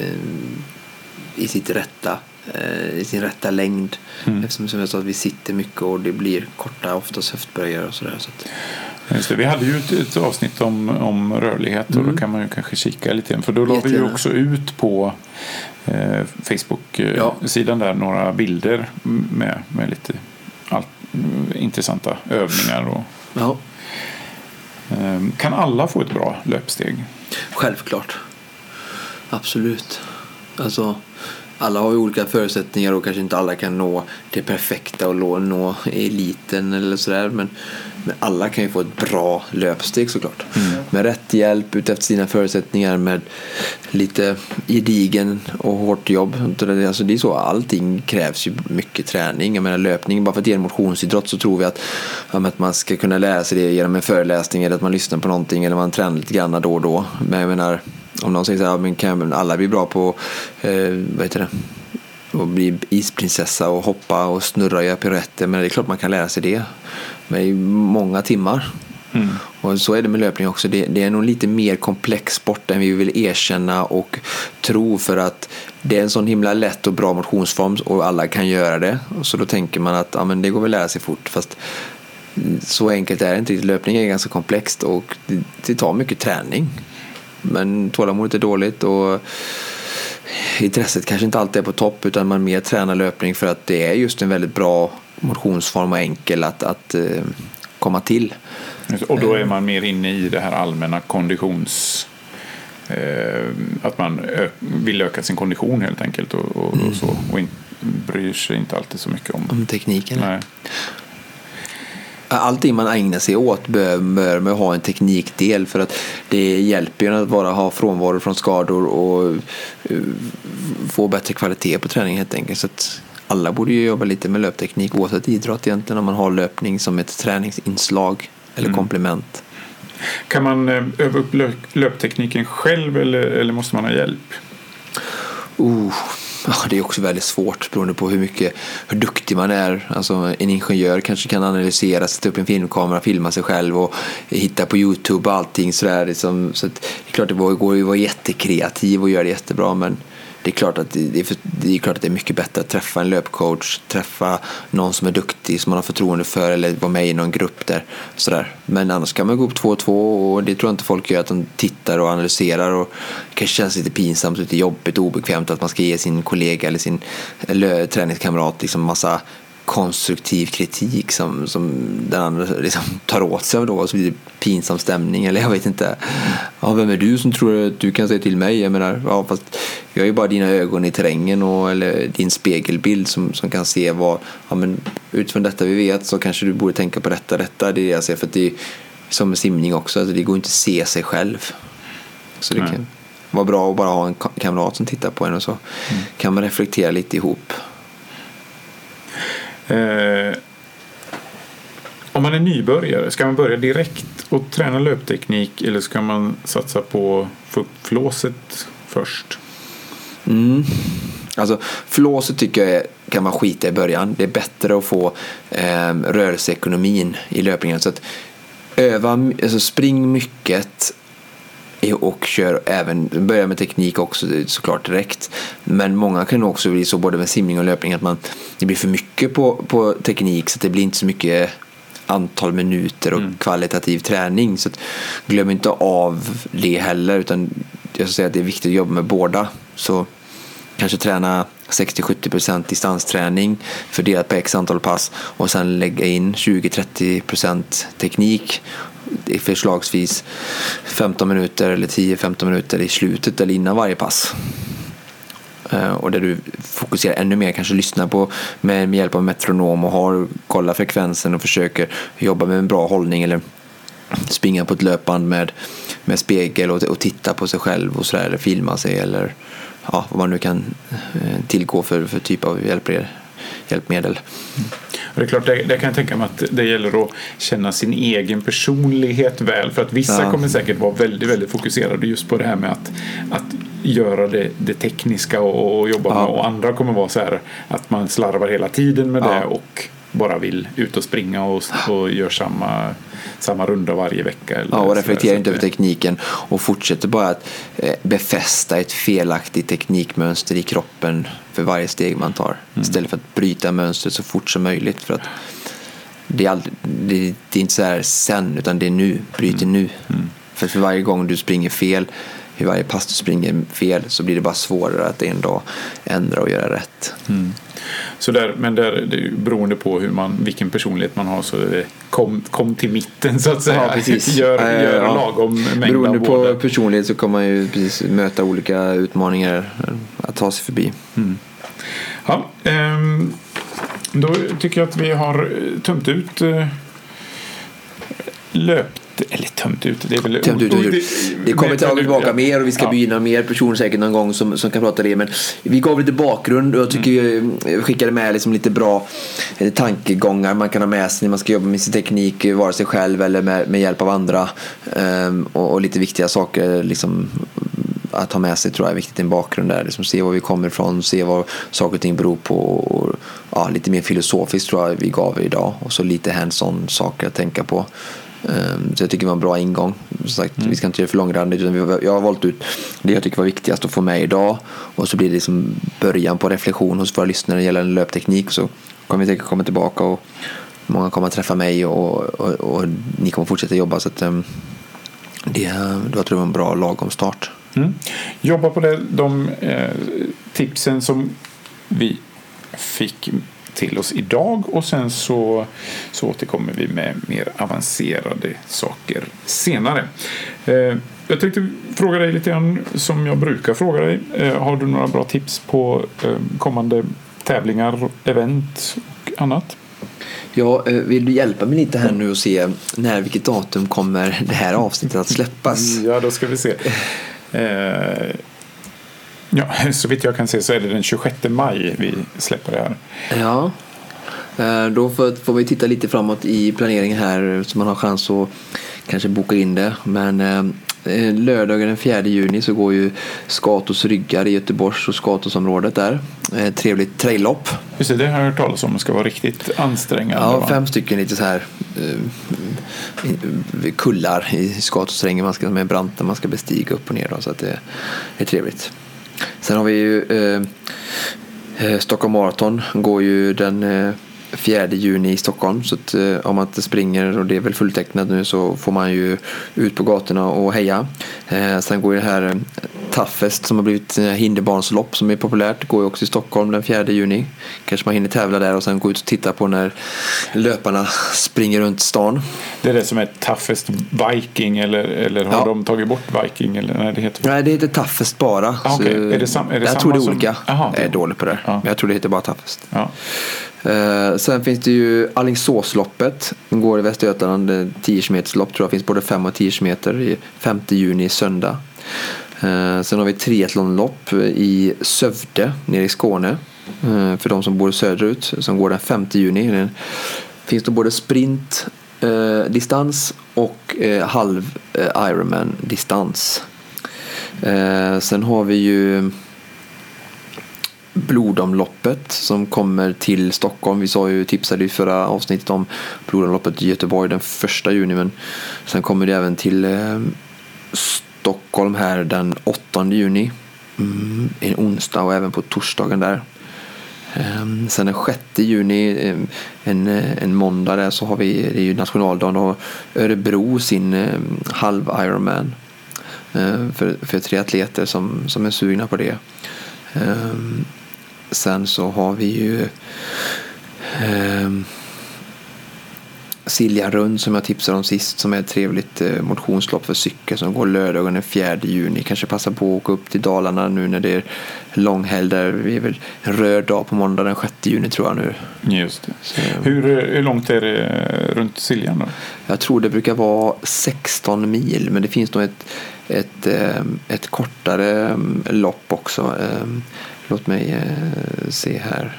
i sitt rätta uh, i sin rätta längd. Mm. Eftersom som jag sa att vi sitter mycket och det blir korta oftast höftböjare och sådär, så att just det, vi hade ju ett, ett avsnitt om, om rörlighet och mm. då kan man ju kanske kika lite grann, för då la vi ju också ut på eh, Facebook-sidan ja. där några bilder med, med lite allt, intressanta övningar och, ja. eh, kan alla få ett bra löpsteg? Självklart, absolut. Alltså alla har ju olika förutsättningar och kanske inte alla kan nå det perfekta och nå eliten eller sådär, men, men alla kan ju få ett bra löpsteg såklart. Mm. Med rätt hjälp utefter sina förutsättningar, med lite gedigen och hårt jobb. Alltså det är så, allting krävs ju mycket träning. Jag menar löpning, bara för att det är en motionsidrott så tror vi att, att man ska kunna lära sig det genom en föreläsning eller att man lyssnar på någonting eller man tränar lite grann då och då. Men jag menar, om någon säger så här, men kan alla bli bra på eh, vad heter det? Och bli isprinsessa och hoppa och snurra och göra piruetter, men det är klart man kan lära sig det. Men i många timmar. Mm. Och så är det med löpning också. Det, det är nog lite mer komplex sport än vi vill erkänna och tro, för att det är en sån himla lätt och bra motionsform och alla kan göra det. Och så då tänker man att ja, men det går väl att lära sig fort, fast så enkelt är det inte. Löpning är ganska komplext och det, det tar mycket träning. Men tålamodet är dåligt och intresset kanske inte alltid är på topp, utan man mer tränar löpning för att det är just en väldigt bra motionsform och enkel att, att uh, komma till. Och då är man mer inne i det här allmänna konditions... Eh, att man ö- vill öka sin kondition helt enkelt och, och, mm. och så. Och in, bryr sig inte alltid så mycket om, om tekniken. Nej. Allting man ägnar sig åt bör, bör med ha en teknikdel, för att det hjälper ju att bara ha frånvaro från skador och uh, få bättre kvalitet på träning helt enkelt. Så att alla borde ju jobba lite med löpteknik oavsett idrott egentligen, om man har löpning som ett träningsinslag eller mm. komplement. Kan man öva upp löptekniken själv eller, eller måste man ha hjälp? Uh. Ja, det är också väldigt svårt beroende på hur mycket, hur duktig man är. Alltså en ingenjör kanske kan analysera, sätta upp en filmkamera, filma sig själv och hitta på YouTube och allting sådär. Liksom. Så att det är klart det går ju att vara jättekreativ och göra det jättebra, men det är klart att det är, för, det är klart att det är mycket bättre att träffa en löpcoach, träffa någon som är duktig, som man har förtroende för, eller vara med i någon grupp där. Sådär. Men annars kan man gå upp två och två, och det tror jag inte folk gör, att de tittar och analyserar, och det kanske känns lite pinsamt, lite jobbigt och obekvämt att man ska ge sin kollega eller sin eller, träningskamrat liksom massa konstruktiv kritik som, som den andra liksom tar åt sig av då, och så blir det pinsam stämning, eller jag vet inte. Ja, vem är du som tror att du kan säga till mig? Jag menar, ja, fast jag är ju bara dina ögon i terrängen och, eller din spegelbild som, som kan se vad, ja, men utifrån detta vi vet så kanske du borde tänka på detta, detta, det är det jag ser, för att det är som med simning också, alltså det går inte att se sig själv. Så det mm. kan vara bra att bara ha en kamrat som tittar på en, och så mm. kan man reflektera lite ihop. Eh, om man är nybörjare, ska man börja direkt och träna löpteknik, eller ska man satsa på få upp flåset först? Mm. Alltså flåset tycker jag kan man skita i början. Det är bättre att få eh, rörelseekonomin i löpningen, så att öva, alltså spring mycket och kör även, börja med teknik också såklart direkt, men många kan också bli så både med simning och löpning att man, det blir för mycket på, på teknik, så att det blir inte så mycket antal minuter och mm. kvalitativ träning, så att glöm inte av det heller, utan jag ska säga att det är viktigt att jobba med båda. Så kanske träna sextio till sjuttio procent distansträning fördelat på x antal pass, och sen lägga in tjugo till trettio procent teknik, det är förslagsvis femton minuter eller tio till femton minuter i slutet eller innan varje pass. Och där du fokuserar ännu mer, kanske lyssnar på med, med hjälp av metronom och har kolla frekvensen och försöker jobba med en bra hållning, eller springa på ett löpband med, med spegel och, och titta på sig själv och så där, eller filma sig eller ja, vad man nu kan eh, tillgå för, för typ av hjälpmedel. hjälpmedel. Mm. Och det är klart, det, det kan jag tänka mig att det gäller att känna sin egen personlighet väl, för att vissa ja. kommer säkert vara väldigt, väldigt fokuserade just på det här med att, att göra det, det tekniska och, och jobba ja. med, och andra kommer vara så här att man slarvar hela tiden med ja. det och bara vill ut och springa och, och gör samma, samma runda varje vecka. Eller ja, och reflekterar inte över tekniken och fortsätter bara att eh, befästa ett felaktigt teknikmönster i kroppen för varje steg man tar. Mm. Istället för att bryta mönstret så fort som möjligt. För att det är, aldrig, det, det är inte så här sen, utan det är nu. Bryt mm. nu. Mm. För för varje gång du springer fel, i varje pass du springer fel, så blir det bara svårare att en dag ändra och göra rätt. Mm. Så där, men där, det är beroende på hur man, vilken personlighet man har, så det kom, kom till mitten så att säga. Ja, precis. Gör, äh, gör ja. lagom mängd beroende av på både. personlighet så kommer man ju precis möta olika utmaningar att ta sig förbi. Mm. Ja, ähm, då tycker jag att vi har tömt ut äh, löpt eller tömt ut. Det är väl tömt ut, ut. Det kommer till tillbaka ja. mer och vi ska ja. begynna mer personer säkert någon gång som, som kan prata det, men vi gav lite bakgrund och jag tycker mm. jag skickade med liksom lite bra tankegångar man kan ha med sig när man ska jobba med sin teknik, vare sig själv eller med, med hjälp av andra, um, och, och lite viktiga saker liksom att ha med sig, tror jag är viktigt, en bakgrund där, liksom se var vi kommer ifrån, se vad saker och ting beror på, och ja, lite mer filosofiskt tror jag vi gav idag, och så lite hands-on saker att tänka på. Um, så jag tycker det var en bra ingång. Som sagt, mm. vi ska inte göra för långrandigt, utan vi, jag har valt ut det jag tycker var viktigast att få med idag, och så blir det liksom början på reflektion hos våra lyssnare gällande löpteknik, och så kommer vi säkert komma tillbaka och många kommer att träffa mig och, och, och ni kommer fortsätta jobba, så att um, det, då tror jag var en bra lagom start. Mm. Jobba på det, de eh, tipsen som vi fick till oss idag, och sen så, så återkommer vi med mer avancerade saker senare. Eh, jag tänkte fråga dig lite grann som jag brukar fråga dig. Eh, har du några bra tips på eh, kommande tävlingar, event och annat? Ja, vill du hjälpa mig lite här nu och se när, vilket datum kommer det här avsnittet att släppas? Ja, då ska vi se. Eh, ja, så vitt jag kan se så är det den tjugosjätte maj vi släpper det här. Ja, då får vi titta lite framåt i planeringen här, så man har chans att kanske boka in det. Men eh, lördagen den fjärde juni så går ju Skatos ryggar i Göteborgs och Skatosområdet där. Eh, trevligt traillopp. Just det, det har jag hört talas om. Det ska vara riktigt ansträngande. Ja, fem stycken lite så här eh, kullar i Skatosrängen, man ska med branten, man ska bestiga upp och ner då, så att det är trevligt. Sen har vi ju eh, eh, Stockholm Marathon går ju den eh, fjärde juni i Stockholm, så att eh, om man inte springer och det är väl fulltecknat nu, så får man ju ut på gatorna och heja. Eh, sen går ju det här eh, Toughest som har blivit eh, hinderbanslopp som är populärt, går ju också i Stockholm den fjärde juni. Kanske man hinner tävla där och sen gå ut och titta på när löparna springer runt stan. Det är det som är Toughest Viking, eller, eller har ja. de tagit bort Viking? Eller, nej, det heter... nej, det heter Toughest bara. Ah, okay. Är det sam- är det jag samma tror det är som... olika. Aha, jag är dålig på det. Ja. Men jag tror det heter bara Toughest. Ja. Uh, sen finns det ju Alingsåsloppet. Den går i Västergötland, tio kilometerslopp tror jag. Finns både fem och tio kilometer i femte juni söndag. Uh, sen har vi triathlonlopp i Sövde nere i Skåne. Uh, för de som bor söderut, som går den femte juni. Det finns det både sprint uh, distans och uh, halv uh, Ironman distans. Uh, sen har vi ju Blodomloppet som kommer till Stockholm. Vi sa ju, tipsade i förra avsnittet om Blodomloppet i Göteborg den första juni, men sen kommer det även till eh, Stockholm här den åttonde juni, mm, en onsdag, och även på torsdagen där. Eh, sen den sjätte juni, eh, en, en måndag där, så har vi, det är ju nationaldagen, och Örebro sin eh, halv Ironman eh, för, för triatleter som, som är sugna på det. Um, sen så har vi ju um, Siljan Rund som jag tipsade om sist, som är ett trevligt eh, motionslopp för cykel som går lördagen den fjärde juni. Kanske passa på att åka upp till Dalarna nu när det är långhelg där. Vi är väl en röd dag på måndag den sjätte juni tror jag nu. Just det. Så, hur, hur långt är det runt Siljan då? Jag tror det brukar vara sexton mil, men det finns nog ett, ett, ett kortare lopp också. Låt mig se här.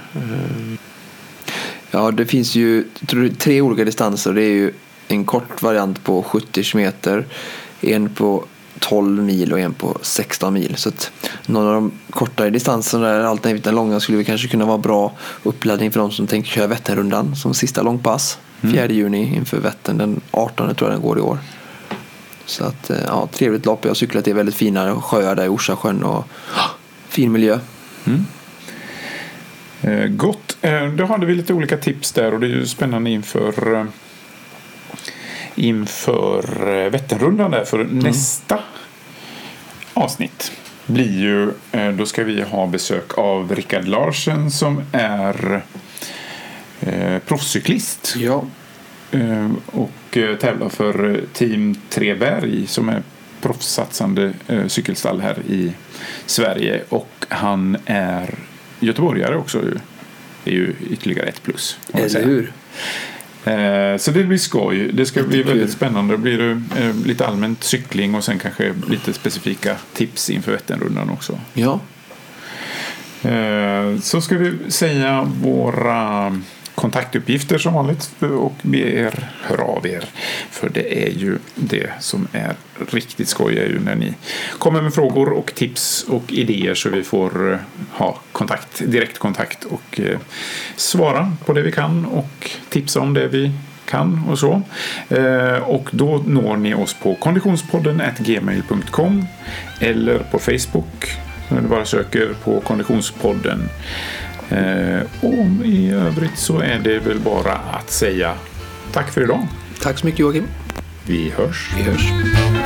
Ja, det finns ju tror jag, tre olika distanser. Det är ju en kort variant på sjuttio kilometer, en på tolv mil och en på sexton mil. Så att någon av de kortare distanserna där, alternativt den långa, skulle vi kanske kunna vara bra uppladdning för de som tänker köra Vätternrundan som sista långpass. Mm. fjärde juni inför Vättern, den artonde tror jag den går i år. Så att, ja, trevligt lopp. Jag har cyklat i väldigt fina sjöar där i Orsasjön och fin miljö. Mm. Eh, gott. Eh, då hade vi lite olika tips där och det är ju spännande inför eh, inför eh, Vätternrundan där för mm. nästa avsnitt blir ju, eh, då ska vi ha besök av Rickard Larsen som är eh, proffscyklist. Ja. Eh, och eh, tävlar för Team Treberg som är proffssatsande eh, cykelstall här i Sverige, och han är göteborgare också ju. Det är ju ytterligare ett plus. Eller hur? Eh, så det blir skoj. Det ska bli väldigt spännande. Det blir eh, lite allmänt cykling och sen kanske lite specifika tips inför Vätternrundan också. Ja. Eh, så ska vi säga våra kontaktuppgifter som vanligt och be er höra av er, för det är ju det som är riktigt skoj är ju när ni kommer med frågor och tips och idéer så vi får ha kontakt, direktkontakt och eh, svara på det vi kan och tipsa om det vi kan och så. Eh, och då når ni oss på konditionspodden at gmail punkt com eller på Facebook när du bara söker på Konditionspodden. Eh, och i övrigt så är det väl bara att säga tack för idag. Tack så mycket Joakim. Vi hörs. Vi hörs.